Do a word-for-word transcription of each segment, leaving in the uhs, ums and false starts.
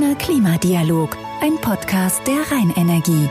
Grüner Klimadialog, ein Podcast der Rheinenergie.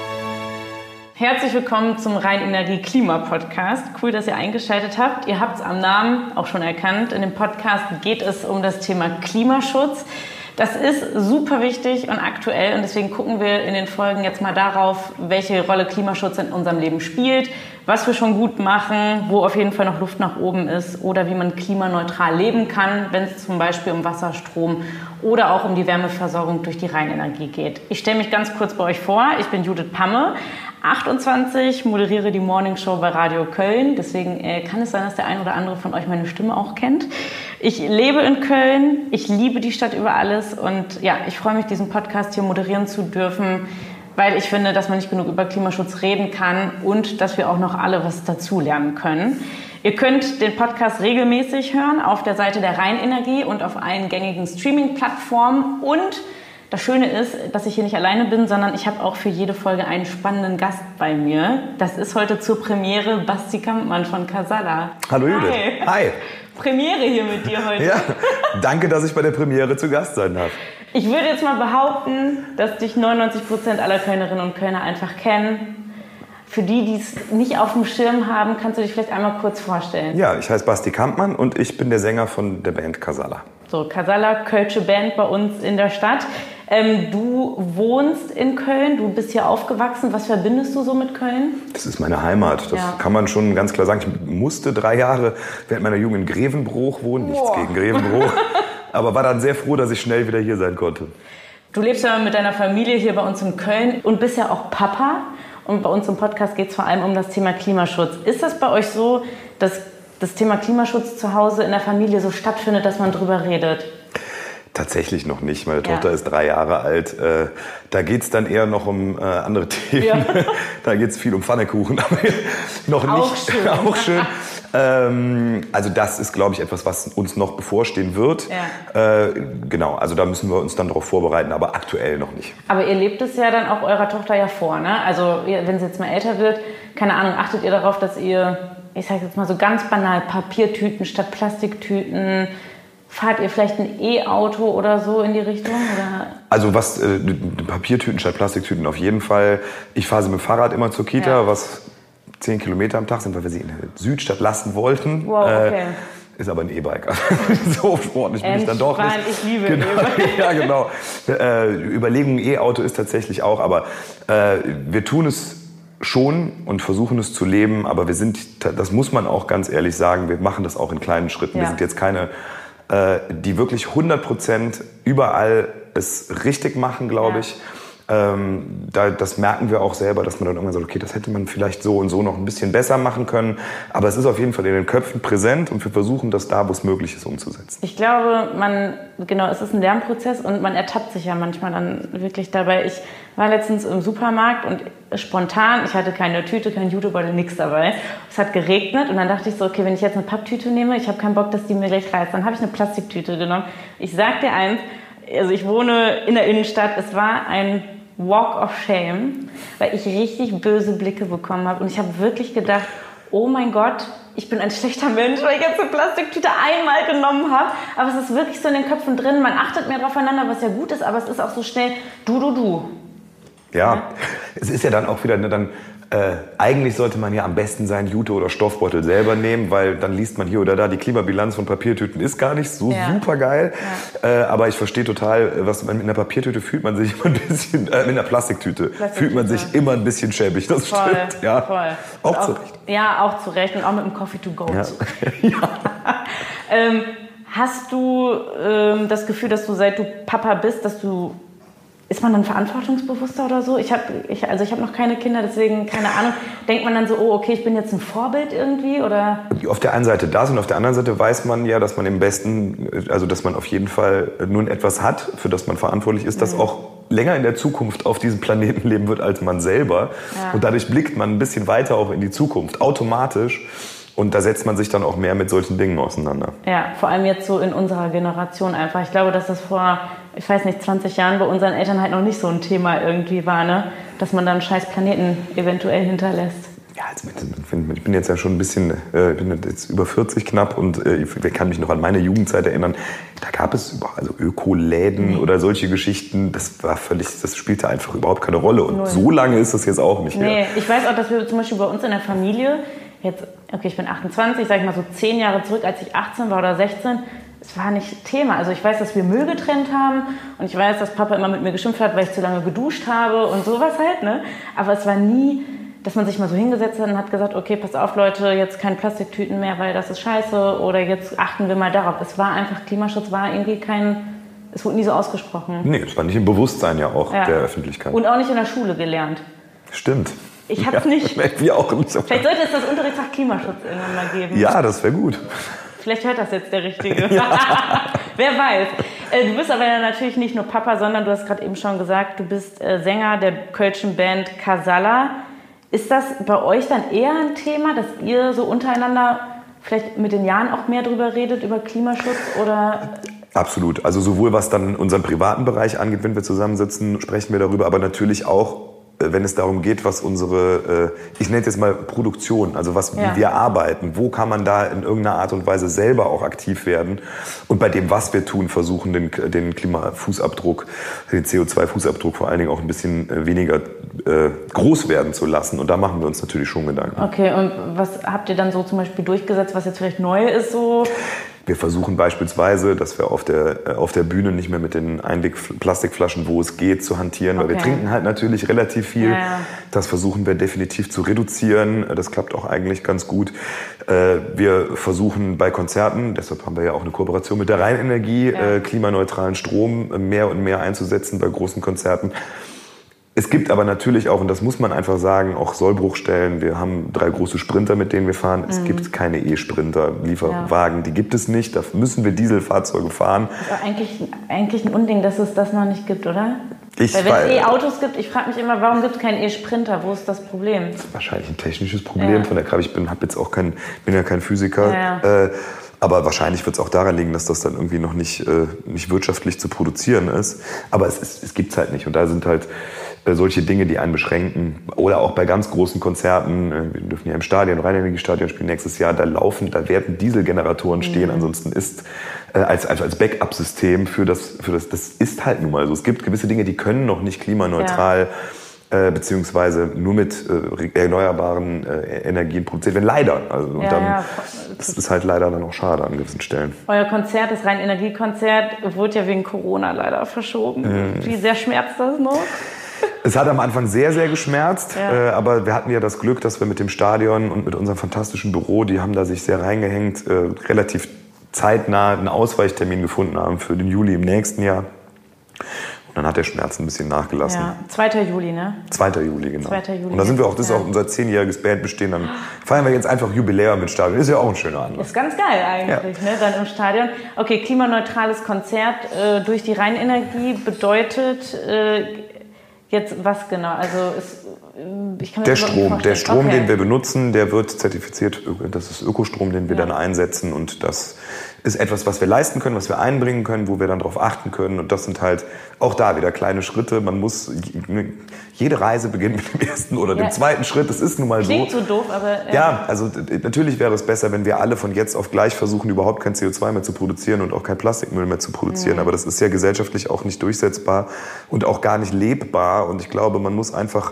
Herzlich willkommen zum Rheinenergie-Klima-Podcast. Cool, dass ihr eingeschaltet habt. Ihr habt es am Namen auch schon erkannt. In dem Podcast geht es um das Thema Klimaschutz. Das ist super wichtig und aktuell und deswegen gucken wir in den Folgen jetzt mal darauf, welche Rolle Klimaschutz in unserem Leben spielt, was wir schon gut machen, wo auf jeden Fall noch Luft nach oben ist oder wie man klimaneutral leben kann, wenn es zum Beispiel um Wasserstrom oder auch um die Wärmeversorgung durch die Rheinenergie geht. Ich stelle mich ganz kurz bei euch vor. Ich bin Judith Pamme, achtundzwanzig, moderiere die Morning Show bei Radio Köln. Deswegen äh, kann es sein, dass der ein oder andere von euch meine Stimme auch kennt. Ich lebe in Köln, ich liebe die Stadt über alles und ja, ich freue mich, diesen Podcast hier moderieren zu dürfen, weil ich finde, dass man nicht genug über Klimaschutz reden kann und dass wir auch noch alle was dazulernen können. Ihr könnt den Podcast regelmäßig hören auf der Seite der Rheinenergie und auf allen gängigen Streaming-Plattformen. Und das Schöne ist, dass ich hier nicht alleine bin, sondern ich habe auch für jede Folge einen spannenden Gast bei mir. Das ist heute zur Premiere Basti Kampmann von Casalla. Hallo Judith. Hi. Hi. Premiere hier mit dir heute. Ja, danke, dass ich bei der Premiere zu Gast sein darf. Ich würde jetzt mal behaupten, dass dich neunundneunzig Prozent aller Kölnerinnen und Kölner einfach kennen. Für die, die es nicht auf dem Schirm haben, kannst du dich vielleicht einmal kurz vorstellen? Ja, ich heiße Basti Kampmann und ich bin der Sänger von der Band Casalla. So, Casalla, kölsche Band bei uns in der Stadt. Ähm, du wohnst in Köln, du bist hier aufgewachsen. Was verbindest du so mit Köln? Das ist meine Heimat, das Ja. kann man schon ganz klar sagen. Ich musste drei Jahre während meiner Jugend in Grevenbroich wohnen, nichts Boah. gegen Grevenbroich, aber war dann sehr froh, dass ich schnell wieder hier sein konnte. Du lebst ja mit deiner Familie hier bei uns in Köln und bist ja auch Papa. Und bei uns im Podcast geht es vor allem um das Thema Klimaschutz. Ist das bei euch so, dass das Thema Klimaschutz zu Hause in der Familie so stattfindet, dass man drüber redet? Tatsächlich noch nicht. Meine Ja. Tochter ist drei Jahre alt. Äh, da geht es dann eher noch um äh, andere Themen. Ja. Da geht es viel um Pfannekuchen, aber noch Auch nicht. schön. Auch schön. Ähm, also das ist, glaube ich, etwas, was uns noch bevorstehen wird. Ja. Äh, genau, also da müssen wir uns dann darauf vorbereiten, aber aktuell noch nicht. Aber ihr lebt es ja dann auch eurer Tochter ja vor, ne? Also ihr- wenn sie jetzt mal älter wird, keine Ahnung, achtet ihr darauf, dass ihr, ich sage jetzt mal so ganz banal, Papiertüten statt Plastiktüten, fahrt ihr vielleicht ein E-Auto oder so in die Richtung? Oder? Also was, äh, Papiertüten statt Plastiktüten auf jeden Fall. Ich fahre sie mit dem Fahrrad immer zur Kita, Ja. was zehn Kilometer am Tag sind, weil wir sie in der Südstadt lassen wollten. Wow, okay. Äh, ist aber ein E-Bike. So sportlich bin ich dann doch nicht. Entspannt, ich liebe Genau, E-Bike. ja, genau. Äh, Überlegung, E-Auto ist tatsächlich auch, aber äh, wir tun es schon und versuchen es zu leben, aber wir sind, das muss man auch ganz ehrlich sagen, wir machen das auch in kleinen Schritten. Ja. Wir sind jetzt keine, äh, die wirklich hundert Prozent überall es richtig machen, glaube Ja. ich. Ähm, da, das merken wir auch selber, dass man dann irgendwann sagt, okay, das hätte man vielleicht so und so noch ein bisschen besser machen können. Aber es ist auf jeden Fall in den Köpfen präsent und wir versuchen das da, wo es möglich ist, umzusetzen. Ich glaube, man, genau, es ist ein Lernprozess und man ertappt sich ja manchmal dann wirklich dabei. Ich war letztens im Supermarkt und spontan, ich hatte keine Tüte, kein Jutebeutel, nichts dabei. Es hat geregnet und dann dachte ich so, okay, wenn ich jetzt eine Papptüte nehme, ich habe keinen Bock, dass die mir gleich reißt. Dann habe ich eine Plastiktüte genommen. Ich sag dir eins, also ich wohne in der Innenstadt, es war ein Walk of Shame, weil ich richtig böse Blicke bekommen habe und ich habe wirklich gedacht, oh mein Gott, ich bin ein schlechter Mensch, weil ich jetzt eine Plastiktüte einmal genommen habe. Aber es ist wirklich so in den Köpfen drin, man achtet mehr aufeinander, was ja gut ist, aber es ist auch so schnell du, du, du. Ja, es ist ja dann auch wieder, ne, dann äh, eigentlich sollte man ja am besten seinen Jute- oder Stoffbeutel selber nehmen, weil dann liest man hier oder da, die Klimabilanz von Papiertüten ist gar nicht so Ja. super geil. Ja. Äh, aber ich verstehe total, was man mit einer Papiertüte fühlt man sich immer ein bisschen, äh, mit einer Plastiktüte, Plastiktüte. fühlt man sich immer ein bisschen schäbig. Das Voll, stimmt. Ja. voll. Auch Und zu Recht. Ja, auch zu Recht und auch mit dem Coffee to go. Ja. ähm, hast du ähm, das Gefühl, dass du seit du Papa bist, dass du ist man dann verantwortungsbewusster oder so? Ich habe ich, also ich habe noch keine Kinder, deswegen keine Ahnung. Denkt man dann so, oh okay, ich bin jetzt ein Vorbild irgendwie oder? Auf der einen Seite das und auf der anderen Seite weiß man ja, dass man im besten, also dass man auf jeden Fall nun etwas hat, für das man verantwortlich ist, das Mhm. auch länger in der Zukunft auf diesem Planeten leben wird als man selber. Ja. Und dadurch blickt man ein bisschen weiter auch in die Zukunft, automatisch. Und da setzt man sich dann auch mehr mit solchen Dingen auseinander. Ja, vor allem jetzt so in unserer Generation einfach. Ich glaube, dass das vor, ich weiß nicht, zwanzig Jahren bei unseren Eltern halt noch nicht so ein Thema irgendwie war, ne? Dass man dann einen scheiß Planeten eventuell hinterlässt. Ja, also ich bin jetzt ja schon ein bisschen, äh, ich bin jetzt über vierzig knapp und äh, ich kann mich noch an meine Jugendzeit erinnern. Da gab es überall also Ökoläden mhm. oder solche Geschichten. Das war völlig, das spielte einfach überhaupt keine Rolle. Und Null. so lange ist das jetzt auch nicht mehr. Nee, ich weiß auch, dass wir zum Beispiel bei uns in der Familie, jetzt, okay, ich bin achtundzwanzig, sag ich mal so zehn Jahre zurück, als ich achtzehn war oder sechzehn, es war nicht Thema. Also ich weiß, dass wir Müll getrennt haben und ich weiß, dass Papa immer mit mir geschimpft hat, weil ich zu lange geduscht habe und sowas halt, ne? Aber es war nie, dass man sich mal so hingesetzt hat und hat gesagt, okay, pass auf Leute, jetzt keine Plastiktüten mehr, weil das ist scheiße oder jetzt achten wir mal darauf. Es war einfach, Klimaschutz war irgendwie kein, es wurde nie so ausgesprochen. Nee, es war nicht im Bewusstsein ja auch ja. der Öffentlichkeit. Und auch nicht in der Schule gelernt. Stimmt. Ich hab's ja, nicht. Wir auch nicht. Vielleicht sollte es das Unterrichtsfach Klimaschutz irgendwann mal geben. Ja, das wäre gut. Vielleicht hört das jetzt der Richtige. Ja. Wer weiß. Du bist aber natürlich nicht nur Papa, sondern du hast gerade eben schon gesagt, du bist Sänger der kölschen Band Casalla. Ist das bei euch dann eher ein Thema, dass ihr so untereinander vielleicht mit den Jahren auch mehr drüber redet, über Klimaschutz oder? Absolut. Also sowohl was dann unseren privaten Bereich angeht, wenn wir zusammensitzen, sprechen wir darüber, aber natürlich auch, wenn es darum geht, was unsere, ich nenne es jetzt mal Produktion, also was, ja. wie wir arbeiten, wo kann man da in irgendeiner Art und Weise selber auch aktiv werden und bei dem, was wir tun, versuchen, den, den Klimafußabdruck, den C O zwei Fußabdruck vor allen Dingen auch ein bisschen weniger äh, groß werden zu lassen und da machen wir uns natürlich schon Gedanken. Okay, und was habt ihr dann so zum Beispiel durchgesetzt, was jetzt vielleicht neu ist so? Wir versuchen beispielsweise, dass wir auf der, auf der Bühne nicht mehr mit den Einweg-Plastikflaschen, wo es geht, zu hantieren, weil okay. wir trinken halt natürlich relativ viel. Ja, ja. Das versuchen wir definitiv zu reduzieren. Das klappt auch eigentlich ganz gut. Wir versuchen bei Konzerten, deshalb haben wir ja auch eine Kooperation mit der Rheinenergie, ja. klimaneutralen Strom mehr und mehr einzusetzen bei großen Konzerten. Es gibt aber natürlich auch, und das muss man einfach sagen, auch Sollbruchstellen. Wir haben drei große Sprinter, mit denen wir fahren. Es mhm. gibt keine E-Sprinter, Lieferwagen, ja. die gibt es nicht. Da müssen wir Dieselfahrzeuge fahren. Das ist eigentlich, eigentlich ein Unding, dass es das noch nicht gibt, oder? Ich Weil wenn es E-Autos gibt, ich frage mich immer, warum gibt es keinen E-Sprinter? Wo ist das Problem? Das ist wahrscheinlich ein technisches Problem. Ja. Von der Kraft. Ich bin, hab jetzt auch kein, bin ja kein Physiker. Ja, ja. Äh, Aber wahrscheinlich wird es auch daran liegen, dass das dann irgendwie noch nicht, äh, nicht wirtschaftlich zu produzieren ist. Aber es, es, es gibt es halt nicht. Und da sind halt äh, solche Dinge, die einen beschränken. Oder auch bei ganz großen Konzerten. Äh, wir dürfen ja im Stadion, Rheinenergiestadion spielen nächstes Jahr. Da laufen, da werden Dieselgeneratoren stehen. Mhm. Ansonsten ist äh, als, als, als Backup-System für das, für das, das ist halt nun mal so. Es gibt gewisse Dinge, die können noch nicht klimaneutral ja. Äh, beziehungsweise nur mit äh, erneuerbaren äh, Energien produziert werden. Leider. Also, und ja, dann, ja. Das ist halt leider dann auch schade an gewissen Stellen. Euer Konzert, das Rheinenergiekonzert, wurde ja wegen Corona leider verschoben. Mhm. Wie sehr schmerzt das noch? Es hat am Anfang sehr, sehr geschmerzt, ja. äh, aber wir hatten ja das Glück, dass wir mit dem Stadion und mit unserem fantastischen Büro, die haben da sich sehr reingehängt, äh, relativ zeitnah einen Ausweichtermin gefunden haben für den Juli im nächsten Jahr. Und dann hat der Schmerz ein bisschen nachgelassen. Ja, zweiter Juli, ne? zweiter Juli, genau. zweiter Juli. Und da sind wir auch, das ist auch unser zehnjähriges Bandbestehen. Dann feiern wir jetzt einfach Jubiläum mit Stadion. Ist ja auch ein schöner Anlass. Ist ganz geil eigentlich, ja. ne? Dann im Stadion. Okay, klimaneutrales Konzert äh, durch die Rheinenergie bedeutet äh, jetzt was genau? Also ist, ich kann mir der das Strom, der Strom, okay. den wir benutzen, der wird zertifiziert. Das ist Ökostrom, den wir ja. dann einsetzen und das ist etwas, was wir leisten können, was wir einbringen können, wo wir dann darauf achten können. Und das sind halt auch da wieder kleine Schritte. Man muss, jede Reise beginnt mit dem ersten oder ja. dem zweiten Schritt. Das ist nun mal Klingt so. Klingt so doof, aber... Ja. ja, also natürlich wäre es besser, wenn wir alle von jetzt auf gleich versuchen, überhaupt kein C O zwei mehr zu produzieren und auch kein Plastikmüll mehr zu produzieren. Mhm. Aber das ist ja gesellschaftlich auch nicht durchsetzbar und auch gar nicht lebbar. Und ich glaube, man muss einfach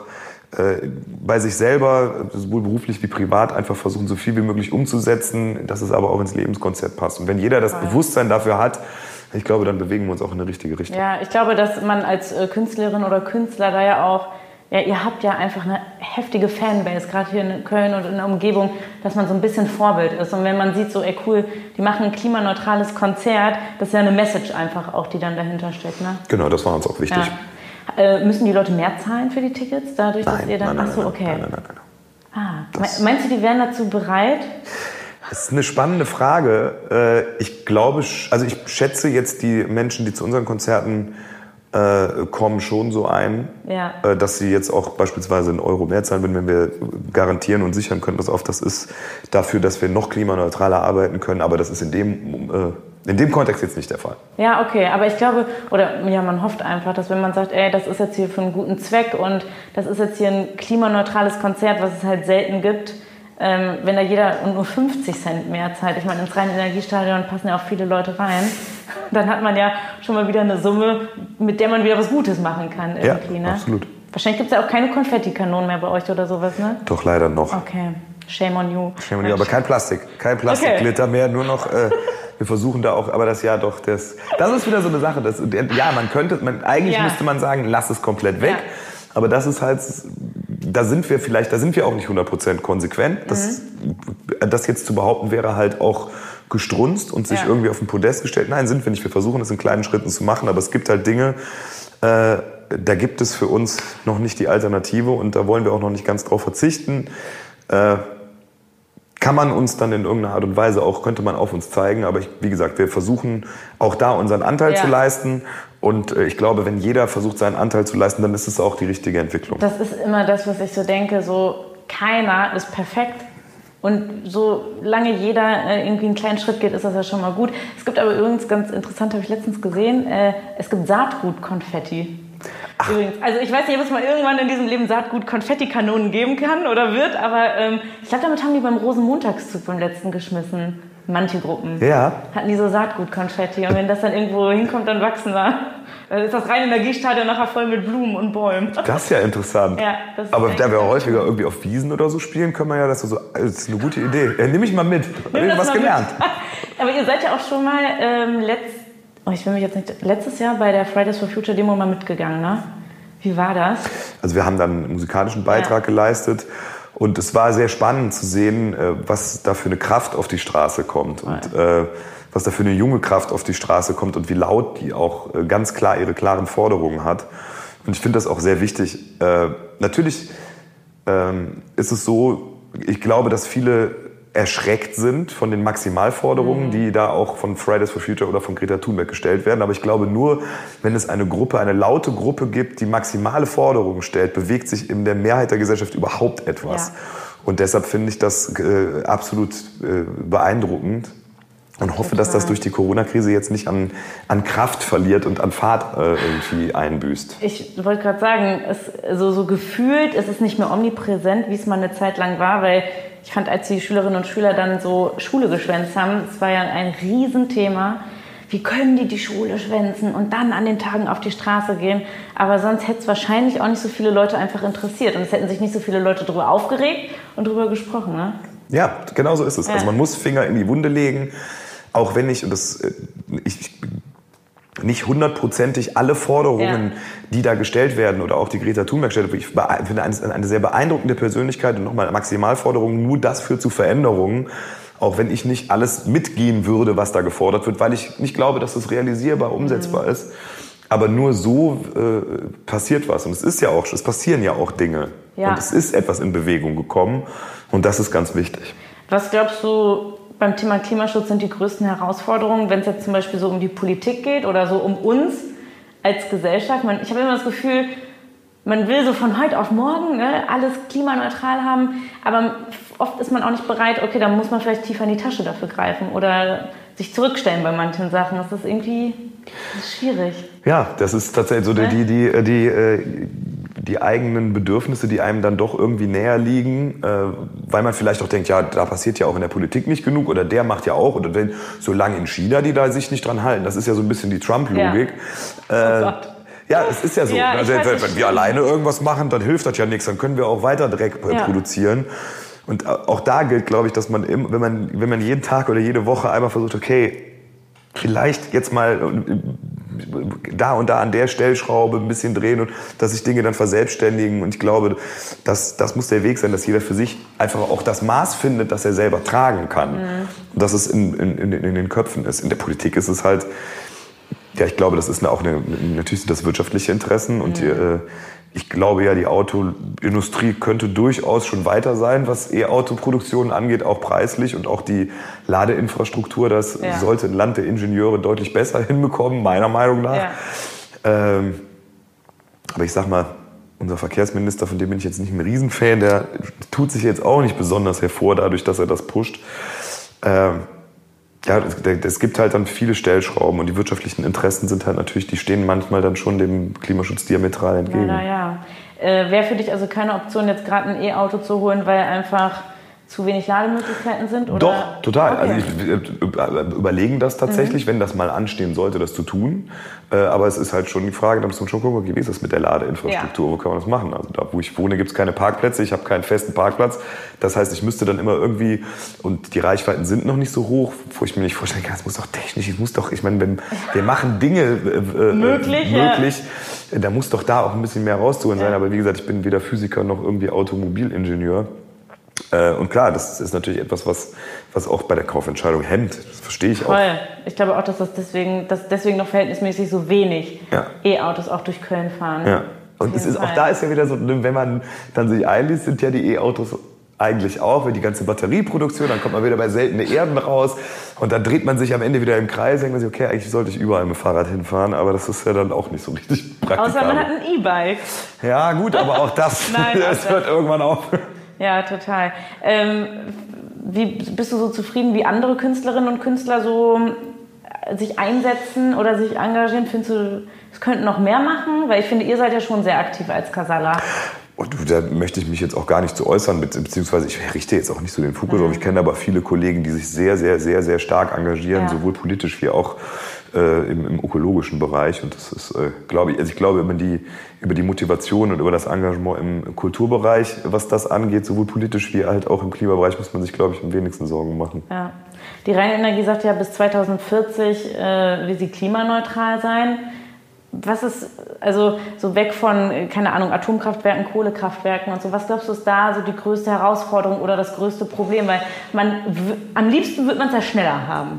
bei sich selber, sowohl beruflich wie privat, einfach versuchen, so viel wie möglich umzusetzen, dass es aber auch ins Lebenskonzept passt. Und wenn jeder das Voll. Bewusstsein dafür hat, ich glaube, dann bewegen wir uns auch in eine richtige Richtung. Ja, ich glaube, dass man als Künstlerin oder Künstler da ja auch, ja, ihr habt ja einfach eine heftige Fanbase, gerade hier in Köln und in der Umgebung, dass man so ein bisschen Vorbild ist. Und wenn man sieht, so, ey cool, die machen ein klimaneutrales Konzert, das ist ja eine Message einfach auch, die dann dahinter steckt. Ne? Genau, das war uns auch wichtig. Ja. Äh, müssen die Leute mehr zahlen für die Tickets, dadurch, dass nein, ihr dann... Nein, Achso, okay. Nein, nein, nein, nein, nein. Ah, das meinst du, die wären dazu bereit? Das ist eine spannende Frage. Ich glaube, also ich schätze jetzt die Menschen, die zu unseren Konzerten äh, kommen, schon so ein, ja. äh, dass sie jetzt auch beispielsweise einen Euro mehr zahlen würden, wenn wir garantieren und sichern können, dass oft das ist dafür, dass wir noch klimaneutraler arbeiten können. Aber das ist in dem äh, In dem Kontext jetzt nicht der Fall. Ja, okay, aber ich glaube, oder ja, man hofft einfach, dass wenn man sagt, ey, das ist jetzt hier für einen guten Zweck und das ist jetzt hier ein klimaneutrales Konzert, was es halt selten gibt, ähm, wenn da jeder nur fünfzig Cent mehr zahlt, ich meine, ins Rhein-Energiestadion passen ja auch viele Leute rein, dann hat man ja schon mal wieder eine Summe, mit der man wieder was Gutes machen kann irgendwie, ja, ne? Absolut. Wahrscheinlich gibt es ja auch keine Konfettikanonen mehr bei euch oder sowas, ne? Doch, leider noch. Okay, shame on you. Shame on you, aber kein Plastik, kein Plastikglitter okay. mehr, nur noch... Äh, wir versuchen da auch, aber das ja doch, das, das ist wieder so eine Sache. Das, ja, man könnte, man, eigentlich ja. müsste man sagen, lass es komplett weg. Ja. Aber das ist halt, da sind wir vielleicht, da sind wir auch nicht hundert Prozent konsequent. Das, mhm. das jetzt zu behaupten, wäre halt auch gestrunzt und sich ja. irgendwie auf den Podest gestellt. Nein, sind wir nicht. Wir versuchen es in kleinen Schritten zu machen, aber es gibt halt Dinge, äh, da gibt es für uns noch nicht die Alternative und da wollen wir auch noch nicht ganz drauf verzichten. Äh, Kann man uns dann in irgendeiner Art und Weise auch, könnte man auf uns zeigen. Aber ich, wie gesagt, wir versuchen auch da unseren Anteil ja. zu leisten. Und ich glaube, wenn jeder versucht, seinen Anteil zu leisten, dann ist es auch die richtige Entwicklung. Das ist immer das, was ich so denke. So, keiner ist perfekt. Und solange jeder äh, irgendwie einen kleinen Schritt geht, ist das ja schon mal gut. Es gibt aber übrigens, ganz interessant, habe ich letztens gesehen, äh, es gibt Saatgut-Konfetti. Ach. Übrigens, also ich weiß nicht, ob es mal irgendwann in diesem Leben Saatgut-Konfettikanonen geben kann oder wird, aber ähm, ich glaube, damit haben die beim Rosenmontagszug beim letzten geschmissen. Manche Gruppen ja. hatten die so Saatgut-Konfetti und wenn das dann irgendwo hinkommt, dann wachsen wir. Dann ist das Rhein-Energiestadion nachher voll mit Blumen und Bäumen. Das ist ja interessant. Ja, das ist aber da wir häufiger irgendwie auf Wiesen oder so spielen, können wir ja, das ist, so, das ist eine gute Idee. Ja, nehme ich mal mit. Hab ich was gelernt. Aber ihr seid ja auch schon mal ähm, letzt, oh, ich will mich jetzt nicht, letztes Jahr bei der Fridays for Future Demo mal mitgegangen, ne? Wie war das? Also wir haben dann einen musikalischen Beitrag ja. geleistet. Und es war sehr spannend zu sehen, was da für eine Kraft auf die Straße kommt und äh, was da für eine junge Kraft auf die Straße kommt und wie laut die auch ganz klar ihre klaren Forderungen hat. Und ich finde das auch sehr wichtig. Äh, natürlich ähm, ist es so, ich glaube, dass viele erschreckt sind von den Maximalforderungen, mhm. die da auch von Fridays for Future oder von Greta Thunberg gestellt werden. Aber ich glaube, nur wenn es eine Gruppe, eine laute Gruppe gibt, die maximale Forderungen stellt, bewegt sich in der Mehrheit der Gesellschaft überhaupt etwas. Ja. Und deshalb finde ich das äh, absolut äh, beeindruckend und hoffe, dass das durch die Corona-Krise jetzt nicht an, an Kraft verliert und an Fahrt äh, irgendwie einbüßt. Ich wollte gerade sagen, es, so, so gefühlt ist es nicht mehr omnipräsent, wie es mal eine Zeit lang war, weil ich fand, als die Schülerinnen und Schüler dann so Schule geschwänzt haben, es war ja ein Riesenthema. Wie können die die Schule schwänzen und dann an den Tagen auf die Straße gehen? Aber sonst hätte es wahrscheinlich auch nicht so viele Leute einfach interessiert. Und es hätten sich nicht so viele Leute darüber aufgeregt und darüber gesprochen, ne? Ja, genau so ist es. Ja. Also man muss Finger in die Wunde legen, auch wenn ich, und das, ich nicht hundertprozentig alle Forderungen, ja. die da gestellt werden oder auch die Greta Thunberg stellt. Ich finde eine, eine sehr beeindruckende Persönlichkeit und nochmal Maximalforderungen, nur das führt zu Veränderungen, auch wenn ich nicht alles mitgehen würde, was da gefordert wird, weil ich nicht glaube, dass das realisierbar, umsetzbar mhm. ist. Aber nur so äh, passiert was. Und es ist ja auch, es passieren ja auch Dinge. Ja. Und es ist etwas in Bewegung gekommen und das ist ganz wichtig. Was glaubst du, beim Thema Klimaschutz sind die größten Herausforderungen, wenn es jetzt zum Beispiel so um die Politik geht oder so um uns als Gesellschaft? Man, ich habe immer das Gefühl, man will so von heute auf morgen, ne, alles klimaneutral haben, aber oft ist man auch nicht bereit, okay, dann muss man vielleicht tiefer in die Tasche dafür greifen oder sich zurückstellen bei manchen Sachen. Das ist irgendwie das ist schwierig. Ja, das ist tatsächlich so, die, die, die, die, die eigenen Bedürfnisse, die einem dann doch irgendwie näher liegen, weil man vielleicht auch denkt, ja, da passiert ja auch in der Politik nicht genug oder der macht ja auch, oder wenn, solange in China die da sich nicht dran halten, das ist ja so ein bisschen die Trump-Logik. Ja. Oh Gott. Ja, es ist ja so. Ja, also, wenn weiß, wir alleine irgendwas machen, dann hilft das ja nichts, dann können wir auch weiter Dreck ja. produzieren. Und auch da gilt, glaube ich, dass man, wenn man, wenn man jeden Tag oder jede Woche einmal versucht, okay, vielleicht jetzt mal da und da an der Stellschraube ein bisschen drehen und dass sich Dinge dann verselbstständigen. Und ich glaube, das, das muss der Weg sein, dass jeder für sich einfach auch das Maß findet, das er selber tragen kann. Mhm. Und dass es in, in, in den Köpfen ist. In der Politik ist es halt, ja, ich glaube, das ist auch eine, natürlich sind das wirtschaftliche Interessen und mhm. die, äh, ich glaube ja, die Autoindustrie könnte durchaus schon weiter sein, was E-Auto-Produktionen angeht, auch preislich und auch die Ladeinfrastruktur, das ja. sollte ein Land der Ingenieure deutlich besser hinbekommen, meiner Meinung nach. Ja. Ähm, aber ich sag mal, unser Verkehrsminister, von dem bin ich jetzt nicht ein Riesenfan, der tut sich jetzt auch nicht besonders hervor dadurch, dass er das pusht. Ähm, Ja, es gibt halt dann viele Stellschrauben und die wirtschaftlichen Interessen sind halt natürlich, die stehen manchmal dann schon dem Klimaschutz diametral entgegen. Ja, ja. Äh, wäre für dich also keine Option, jetzt gerade ein E-Auto zu holen, weil einfach zu wenig Lademöglichkeiten sind? Oder? Doch, total. Okay. Also ich überlegen das tatsächlich, mhm. wenn das mal anstehen sollte, das zu tun. Äh, aber es ist halt schon die Frage, da muss man schon gucken, okay, wie ist das mit der Ladeinfrastruktur, ja. wo kann man das machen? Also da, wo ich wohne, gibt es keine Parkplätze, ich habe keinen festen Parkplatz. Das heißt, ich müsste dann immer irgendwie, und die Reichweiten sind noch nicht so hoch, wo ich mir nicht vorstellen kann, es muss doch technisch, ich muss doch, ich meine, wenn wir machen Dinge äh, möglich, möglich ja. da muss doch da auch ein bisschen mehr rauszuholen ja. sein. Aber wie gesagt, ich bin weder Physiker noch irgendwie Automobilingenieur. Und klar, das ist natürlich etwas, was, was auch bei der Kaufentscheidung hemmt. Das verstehe ich Voll. auch. Ich glaube auch, dass das deswegen, dass deswegen noch verhältnismäßig so wenig ja. E-Autos auch durch Köln fahren. Ja. Und es ist, auch da ist ja wieder so, wenn man dann sich einliest, sind ja die E-Autos eigentlich auch, weil die ganze Batterieproduktion, dann kommt man wieder bei seltene Erden raus und dann dreht man sich am Ende wieder im Kreis, denkt man sich, okay, eigentlich sollte ich überall mit dem Fahrrad hinfahren, aber das ist ja dann auch nicht so richtig praktikabel. Außer man hat ein E-Bike. Ja gut, aber auch das, Nein, das hört irgendwann auf. Ja, total. Ähm, wie bist du so zufrieden, wie andere Künstlerinnen und Künstler so sich einsetzen oder sich engagieren? Findest du, es könnten noch mehr machen? Weil ich finde, ihr seid ja schon sehr aktiv als Casala. Und da möchte ich mich jetzt auch gar nicht zu äußern, beziehungsweise ich richte jetzt auch nicht so den Fokus auf. Ich kenne aber viele Kollegen, die sich sehr, sehr, sehr, sehr stark engagieren, ja. sowohl politisch wie auch äh, im, im ökologischen Bereich. Und das ist, äh, glaube ich, also ich glaube, über die, über die Motivation und über das Engagement im Kulturbereich, was das angeht, sowohl politisch wie halt auch im Klimabereich, muss man sich, glaube ich, am wenigsten Sorgen machen. Ja. Die Rheinenergie sagt ja, bis zweitausendvierzig äh, will sie klimaneutral sein. Was ist, also so weg von, keine Ahnung, Atomkraftwerken, Kohlekraftwerken und so, was glaubst du ist da so die größte Herausforderung oder das größte Problem? Weil man, am liebsten wird man es ja schneller haben.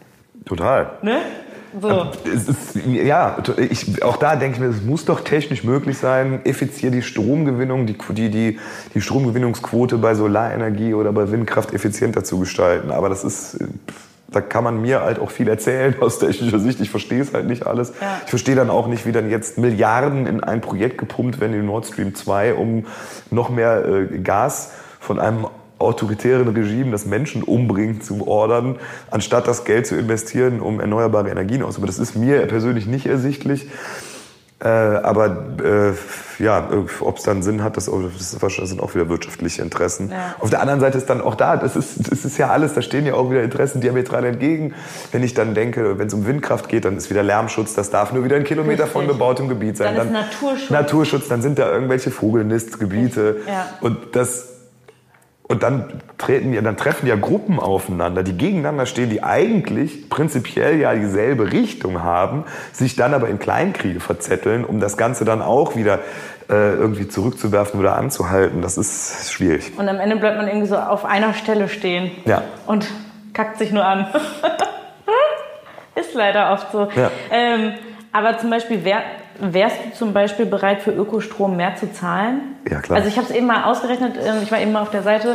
Total. Ne? So. Es ist, ja, ich, auch da denke ich mir, es muss doch technisch möglich sein, effizient die Stromgewinnung, die, die, die, die Stromgewinnungsquote bei Solarenergie oder bei Windkraft effizienter zu gestalten. Aber das ist... Da kann man mir halt auch viel erzählen aus technischer Sicht. Ich verstehe es halt nicht alles. Ja. Ich verstehe dann auch nicht, wie dann jetzt Milliarden in ein Projekt gepumpt werden, in Nord Stream zwei, um noch mehr äh, Gas von einem autoritären Regime, das Menschen umbringt, zu ordern, anstatt das Geld zu investieren, um erneuerbare Energien auszubauen. Das ist mir persönlich nicht ersichtlich. Äh, aber äh, ja, ob es dann Sinn hat, das, das sind auch wieder wirtschaftliche Interessen. Ja. Auf der anderen Seite ist dann auch da, das ist, das ist ja alles, da stehen ja auch wieder Interessen diametral entgegen. Wenn ich dann denke, wenn es um Windkraft geht, dann ist wieder Lärmschutz, das darf nur wieder ein Kilometer Richtig. Von bebautem Gebiet sein. Dann, dann ist Naturschutz. Naturschutz, dann sind da irgendwelche Vogelnistgebiete. Ja. Und das... Und dann, treten ja, dann treffen ja Gruppen aufeinander, die gegeneinander stehen, die eigentlich prinzipiell ja dieselbe Richtung haben, sich dann aber in Kleinkriege verzetteln, um das Ganze dann auch wieder äh, irgendwie zurückzuwerfen oder anzuhalten. Das ist schwierig. Und am Ende bleibt man irgendwie so auf einer Stelle stehen ja. und kackt sich nur an. Ist leider oft so. Ja. Ähm, aber zum Beispiel, wer... Wärst du zum Beispiel bereit, für Ökostrom mehr zu zahlen? Ja, klar. Also ich habe es eben mal ausgerechnet, ich war eben mal auf der Seite.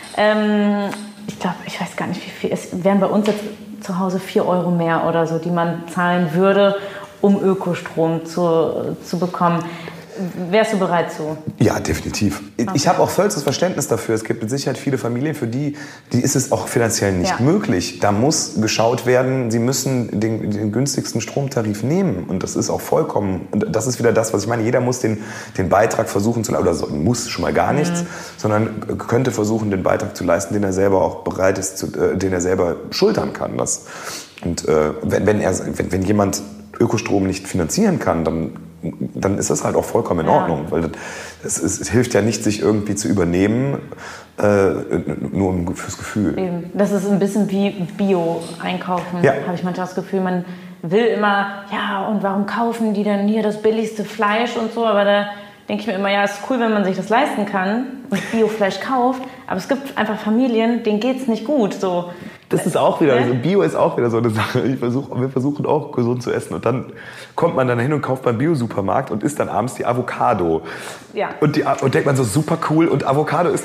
Ich glaube, ich weiß gar nicht, wie viel. Es wären bei uns jetzt zu Hause vier Euro mehr oder so, die man zahlen würde, um Ökostrom zu, zu bekommen. Wärst du bereit zu? Ja, definitiv. Okay. Ich habe auch vollstes Verständnis dafür. Es gibt mit Sicherheit viele Familien, für die, die ist es auch finanziell nicht ja. möglich. Da muss geschaut werden, sie müssen den, den günstigsten Stromtarif nehmen. Und das ist auch vollkommen, und das ist wieder das, was ich meine. Jeder muss den, den Beitrag versuchen zu leisten, oder so, muss schon mal gar nichts, mhm. sondern könnte versuchen, den Beitrag zu leisten, den er selber auch bereit ist, zu, äh, den er selber schultern kann. Das, und äh, wenn, wenn, er, wenn, wenn jemand Ökostrom nicht finanzieren kann, dann dann ist das halt auch vollkommen in ja. Ordnung. Weil es, es, es hilft ja nicht, sich irgendwie zu übernehmen, äh, nur fürs Gefühl. Eben. Das ist ein bisschen wie Bio-Einkaufen, ja. habe ich manchmal das Gefühl. Man will immer, ja, und warum kaufen die denn hier das billigste Fleisch und so, aber da denke ich mir immer, ja, es ist cool, wenn man sich das leisten kann und Biofleisch kauft, aber es gibt einfach Familien, denen geht es nicht gut, so. Das ist auch wieder, also Bio ist auch wieder so eine Sache. Ich versuch, wir versuchen auch gesund zu essen und dann kommt man dann hin und kauft beim Bio-Supermarkt und isst dann abends die Avocado. Ja. Und, die, und denkt man so, super cool und Avocado ist das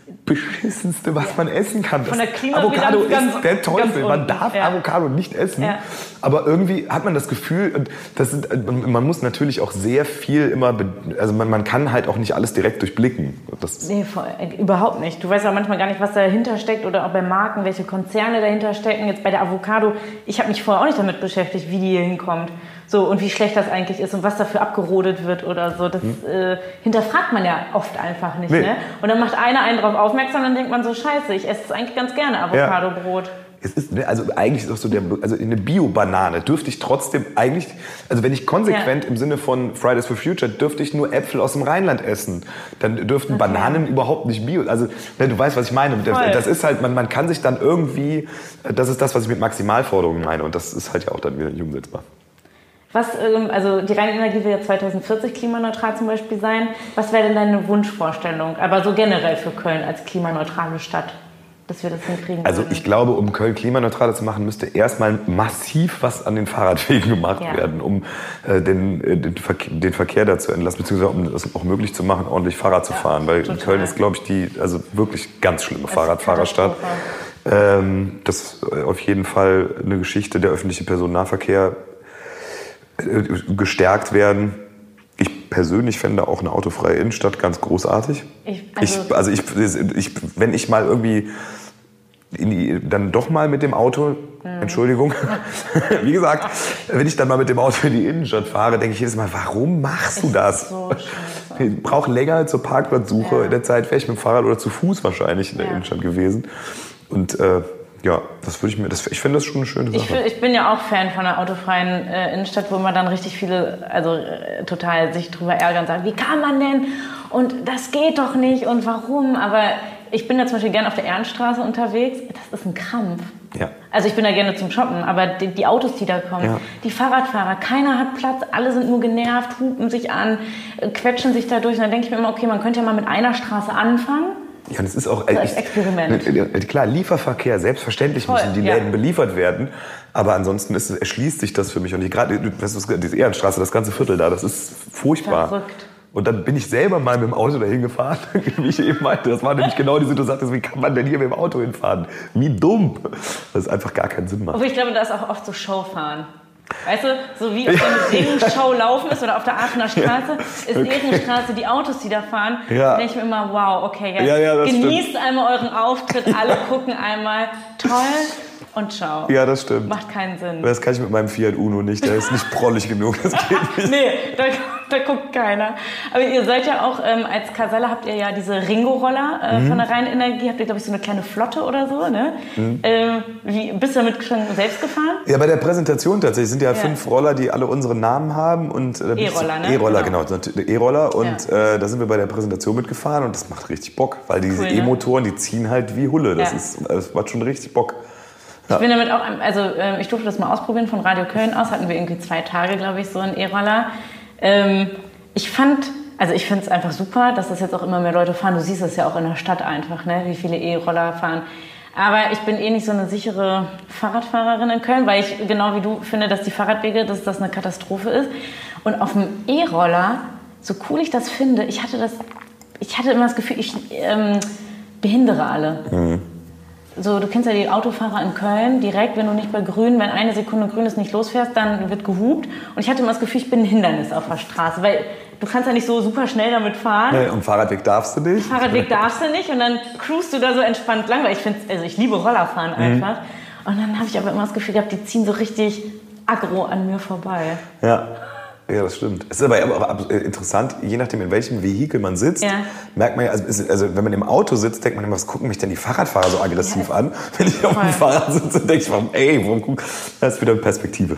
Beschissenste, was ja. man essen kann. Von der Avocado ist ganz, der Teufel. Man darf ja. Avocado nicht essen. Ja. Aber irgendwie hat man das Gefühl, und das sind, man muss natürlich auch sehr viel immer, also man, man kann halt auch nicht alles direkt durchblicken. Das nee, voll, überhaupt nicht. Du weißt ja manchmal gar nicht, was dahinter steckt oder auch bei Marken, welche Konzerne dahinter stecken. Jetzt bei der Avocado, ich habe mich vorher auch nicht damit beschäftigt, wie die hier hinkommt. So, und wie schlecht das eigentlich ist und was dafür abgerodet wird oder so. Das hm. äh, hinterfragt man ja oft einfach nicht. Nee. Ne? Und dann macht einer einen darauf aufmerksam, dann denkt man so, scheiße, ich esse es eigentlich ganz gerne, Avocado-Brot. Ja. Es ist, also eigentlich ist auch so der, also eine Bio-Banane dürfte ich trotzdem eigentlich, also wenn ich konsequent ja. im Sinne von Fridays for Future, dürfte ich nur Äpfel aus dem Rheinland essen. Dann dürften okay. Bananen überhaupt nicht Bio, also ne, du weißt, was ich meine. Voll. Das ist halt, man, man kann sich dann irgendwie, das ist das, was ich mit Maximalforderungen meine und das ist halt ja auch dann wieder nicht umsetzbar. Was, also die reine Energie will ja zwanzig vierzig klimaneutral zum Beispiel sein. Was wäre denn deine Wunschvorstellung, aber so generell für Köln als klimaneutrale Stadt, dass wir das hinkriegen? Also ich glaube, um Köln klimaneutral zu machen, müsste erstmal massiv was an den Fahrradwegen gemacht ja. werden, um äh, den, den, Verkehr, den Verkehr da zu entlassen, beziehungsweise um es auch möglich zu machen, ordentlich Fahrrad zu fahren. Ja, weil total. Köln ist, glaube ich, die also wirklich ganz schlimme das Fahrradfahrerstadt. Ähm, das ist auf jeden Fall eine Geschichte. Der öffentliche Personennahverkehr gestärkt werden. Ich persönlich fände auch eine autofreie Innenstadt ganz großartig. Ich, also ich, also ich, ich, wenn ich mal irgendwie in die, dann doch mal mit dem Auto, mhm. Entschuldigung, wie gesagt, wenn ich dann mal mit dem Auto in die Innenstadt fahre, denke ich jedes Mal, warum machst du das? So ich brauche länger zur Parkplatzsuche. Ja. In der Zeit wäre ich mit dem Fahrrad oder zu Fuß wahrscheinlich in der ja. Innenstadt gewesen. Und äh, ja, das würde ich mir, das, ich finde das schon eine schöne Sache. Ich, ich bin ja auch Fan von einer autofreien äh, Innenstadt, wo man dann richtig viele, also äh, total sich drüber ärgern und sagen, wie kann man denn? Und das geht doch nicht und warum? Aber ich bin da zum Beispiel gerne auf der Ehrenstraße unterwegs. Das ist ein Krampf. Ja. Also ich bin da gerne zum Shoppen, aber die, die Autos, die da kommen, ja. die Fahrradfahrer, keiner hat Platz, alle sind nur genervt, hupen sich an, quetschen sich da durch. Und dann denke ich mir immer, okay, man könnte ja mal mit einer Straße anfangen. Ja, und es ist auch so als Experiment. Klar, Lieferverkehr, selbstverständlich Voll, müssen die Läden ja. beliefert werden, aber ansonsten ist, erschließt sich das für mich. Und gerade diese Ehrenstraße, das ganze Viertel da, das ist furchtbar. Verrückt. Und dann bin ich selber mal mit dem Auto dahin gefahren, wie ich eben meinte. Das war nämlich genau die Situation, wie kann man denn hier mit dem Auto hinfahren? Wie dumm. Das ist einfach gar keinen Sinn macht. Aber ich glaube, da ist auch oft so Showfahren. Weißt du, so wie auf der Regenschau laufen ist oder auf der Aachener Straße, ist okay. Ehrenstraße, die Autos, die da fahren, ja. denke ich mir immer, wow, okay, jetzt ja, ja, genießt stimmt. einmal euren Auftritt, alle gucken einmal, toll und ciao. Ja, das stimmt. Macht keinen Sinn. Das kann ich mit meinem Fiat Uno nicht, der ist nicht prollig genug, das geht nicht. Nee, da, da guckt keiner. Aber ihr seid ja auch, ähm, als Casella habt ihr ja diese Ringo-Roller äh, mhm. von der Rhein Energie, habt ihr, glaube ich, so eine kleine Flotte oder so, ne? Mhm. Ähm, wie, bist du damit schon selbst gefahren? Ja, bei der Präsentation tatsächlich sind ja, ja. fünf Roller, die alle unsere Namen haben. Und, äh, E-Roller, ne? E-Roller, genau. genau E-Roller und ja. äh, da sind wir bei der Präsentation mitgefahren und das macht richtig Bock, weil diese cool, ne? E-Motoren, die ziehen halt wie Hulle. Das, ja. ist, das macht schon richtig Bock. Ich bin damit auch, also äh, ich durfte das mal ausprobieren, von Radio Köln aus hatten wir irgendwie zwei Tage, glaube ich, so einen E-Roller. Ähm, ich fand, also ich finde es einfach super, dass das jetzt auch immer mehr Leute fahren. Du siehst es ja auch in der Stadt einfach, ne, wie viele E-Roller fahren. Aber ich bin eh nicht so eine sichere Fahrradfahrerin in Köln, weil ich genau wie du finde, dass die Fahrradwege, dass das eine Katastrophe ist. Und auf dem E-Roller, so cool ich das finde, ich hatte das, ich hatte immer das Gefühl, ich ähm, behindere alle. Mhm. So, du kennst ja die Autofahrer in Köln, direkt, wenn du nicht bei grün, wenn eine Sekunde grün ist, nicht losfährst, dann wird gehupt. Und ich hatte immer das Gefühl, ich bin ein Hindernis auf der Straße, weil du kannst ja nicht so super schnell damit fahren. Nee, und Fahrradweg darfst du nicht. Fahrradweg darfst du nicht und dann cruist du da so entspannt lang, weil ich finde, also ich liebe Rollerfahren einfach. Mhm. Und dann habe ich aber immer das Gefühl gehabt, die ziehen so richtig aggro an mir vorbei. Ja. Ja, das stimmt. Es ist aber auch interessant, je nachdem, in welchem Vehikel man sitzt, ja. merkt man ja, also, also wenn man im Auto sitzt, denkt man immer, was gucken mich denn die Fahrradfahrer so aggressiv ja, an? Wenn ich auf dem Fahrrad sitze, denke ich mir, ey, warum gucken? Das ist wieder eine Perspektive.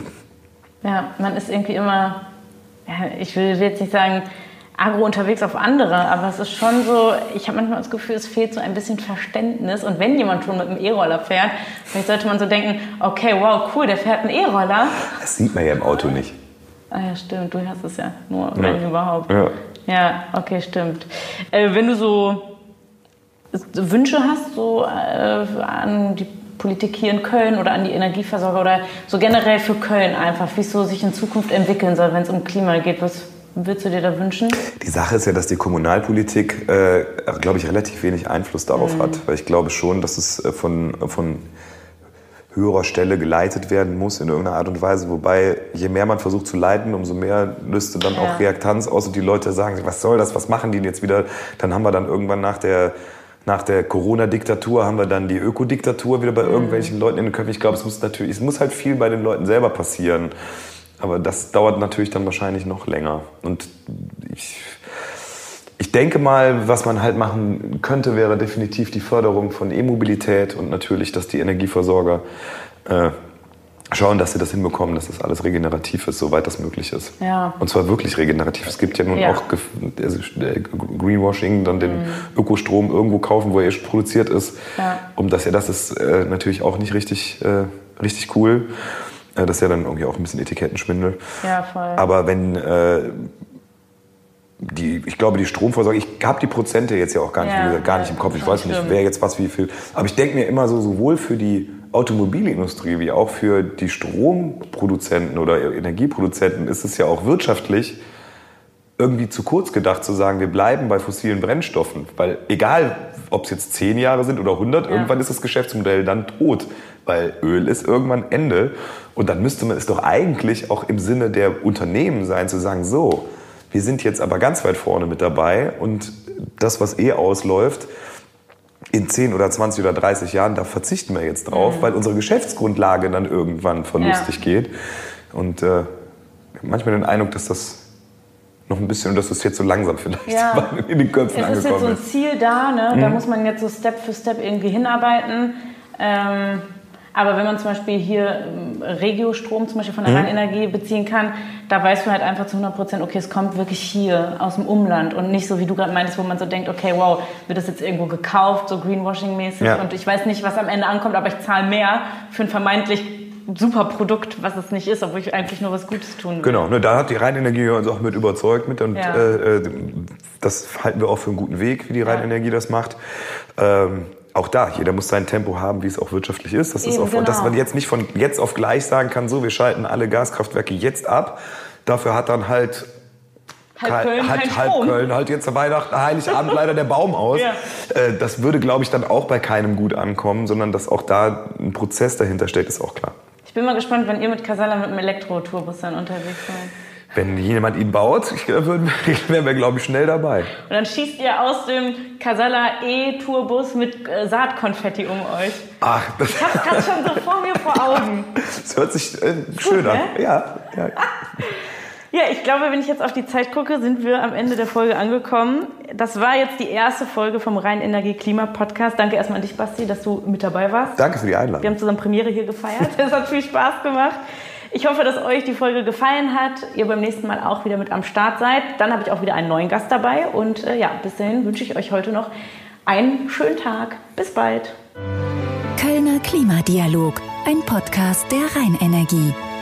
Ja, man ist irgendwie immer, ja, ich will jetzt nicht sagen, agro unterwegs auf andere, aber es ist schon so, ich habe manchmal das Gefühl, es fehlt so ein bisschen Verständnis und wenn jemand schon mit einem E-Roller fährt, vielleicht sollte man so denken, okay, wow, cool, der fährt einen E-Roller. Das sieht man ja im Auto nicht. Ah ja, stimmt, du hast es ja nur, wenn ja. überhaupt. Ja. Ja, okay, stimmt. Äh, wenn du so Wünsche hast, so äh, an die Politik hier in Köln oder an die Energieversorger oder so generell für Köln einfach, wie es so sich in Zukunft entwickeln soll, wenn es um Klima geht, was, würdest du dir da wünschen? Die Sache ist ja, dass die Kommunalpolitik, äh, glaube ich, relativ wenig Einfluss darauf mhm. hat. Weil ich glaube schon, dass es von, von höherer Stelle geleitet werden muss in irgendeiner Art und Weise. Wobei, je mehr man versucht zu leiten, umso mehr löst dann ja. auch Reaktanz aus. Und die Leute sagen, was soll das, was machen die denn jetzt wieder? Dann haben wir dann irgendwann nach der, nach der Corona-Diktatur, haben wir dann die Ökodiktatur wieder bei mhm. irgendwelchen Leuten in den Köpfen. Ich glaube, es muss natürlich, es muss halt viel bei den Leuten selber passieren. Aber das dauert natürlich dann wahrscheinlich noch länger. Und ich, ich denke mal, was man halt machen könnte, wäre definitiv die Förderung von E-Mobilität und natürlich, dass die Energieversorger äh, schauen, dass sie das hinbekommen, dass das alles regenerativ ist, soweit das möglich ist. Ja. Und zwar wirklich regenerativ. Es gibt ja nun ja. auch also Greenwashing, dann den mhm. Ökostrom irgendwo kaufen, wo er erst produziert ist. Ja. Um das ja, das ist äh, natürlich auch nicht richtig, äh, richtig cool. Äh, das ist ja dann irgendwie auch ein bisschen Etikettenschwindel. Ja, voll. Aber wenn äh, Die, ich glaube, die Stromversorgung, ich habe die Prozente jetzt ja auch gar nicht, ja, wie gesagt, gar nicht im Kopf. Ich weiß stimmt. nicht, wer jetzt was wie viel. Aber ich denke mir immer so, sowohl für die Automobilindustrie wie auch für die Stromproduzenten oder Energieproduzenten ist es ja auch wirtschaftlich irgendwie zu kurz gedacht zu sagen, wir bleiben bei fossilen Brennstoffen. Weil egal, ob es jetzt zehn Jahre sind oder hundert, ja. irgendwann ist das Geschäftsmodell dann tot. Weil Öl ist irgendwann Ende. Und dann müsste man es doch eigentlich auch im Sinne der Unternehmen sein, zu sagen, so, wir sind jetzt aber ganz weit vorne mit dabei und das, was eh ausläuft, in zehn oder zwanzig oder dreißig Jahren, da verzichten wir jetzt drauf, mhm. weil unsere Geschäftsgrundlage dann irgendwann verlustig ja. geht. Und äh, manchmal den Eindruck, dass das noch ein bisschen, und dass das jetzt so langsam vielleicht ja. in den Köpfen angekommen ist. Es ist jetzt so ein Ziel da, ne? Mhm. Da muss man jetzt so Step für Step irgendwie hinarbeiten. Ähm, Aber wenn man zum Beispiel hier Regiostrom zum Beispiel von der mhm. Rheinenergie beziehen kann, da weißt du halt einfach zu hundert Prozent, okay, es kommt wirklich hier aus dem Umland und nicht so, wie du gerade meintest, wo man so denkt, okay, wow, wird das jetzt irgendwo gekauft, so Greenwashing-mäßig ja. und ich weiß nicht, was am Ende ankommt, aber ich zahle mehr für ein vermeintlich super Produkt, was es nicht ist, obwohl ich eigentlich nur was Gutes tun will. Genau, ne, da hat die Rheinenergie uns auch mit überzeugt mit und ja. äh, das halten wir auch für einen guten Weg, wie die Rheinenergie ja. das macht. Ähm, Auch da, jeder muss sein Tempo haben, wie es auch wirtschaftlich ist. Das ist auch, genau. Dass man jetzt nicht von jetzt auf gleich sagen kann, so, wir schalten alle Gaskraftwerke jetzt ab. Dafür hat dann halt halb Köln, halt, halb Köln halt jetzt Weihnachten, Heiligabend leider der Baum aus. Ja. Das würde, glaube ich, dann auch bei keinem gut ankommen, sondern dass auch da ein Prozess dahinter steckt, ist auch klar. Ich bin mal gespannt, wenn ihr mit Casalla mit einem Elektro-Tourbus dann unterwegs seid. Wenn jemand ihn baut, ich, wären wir, glaube ich, schnell dabei. Und dann schießt ihr aus dem Casalla E-Tourbus mit äh, Saatkonfetti um euch. Ach, das ich hab's gerade schon so vor mir vor Augen. Das hört sich äh, schön an. Ne? Ja, ja. Ja, ich glaube, wenn ich jetzt auf die Zeit gucke, sind wir am Ende der Folge angekommen. Das war jetzt die erste Folge vom Rheinenergie-Klima-Podcast. Danke erstmal an dich, Basti, dass du mit dabei warst. Danke für die Einladung. Wir haben zusammen Premiere hier gefeiert. Das hat viel Spaß gemacht. Ich hoffe, dass euch die Folge gefallen hat, ihr beim nächsten Mal auch wieder mit am Start seid. Dann habe ich auch wieder einen neuen Gast dabei. Und äh, ja, bis dahin wünsche ich euch heute noch einen schönen Tag. Bis bald. Kölner Klimadialog, ein Podcast der Rheinenergie.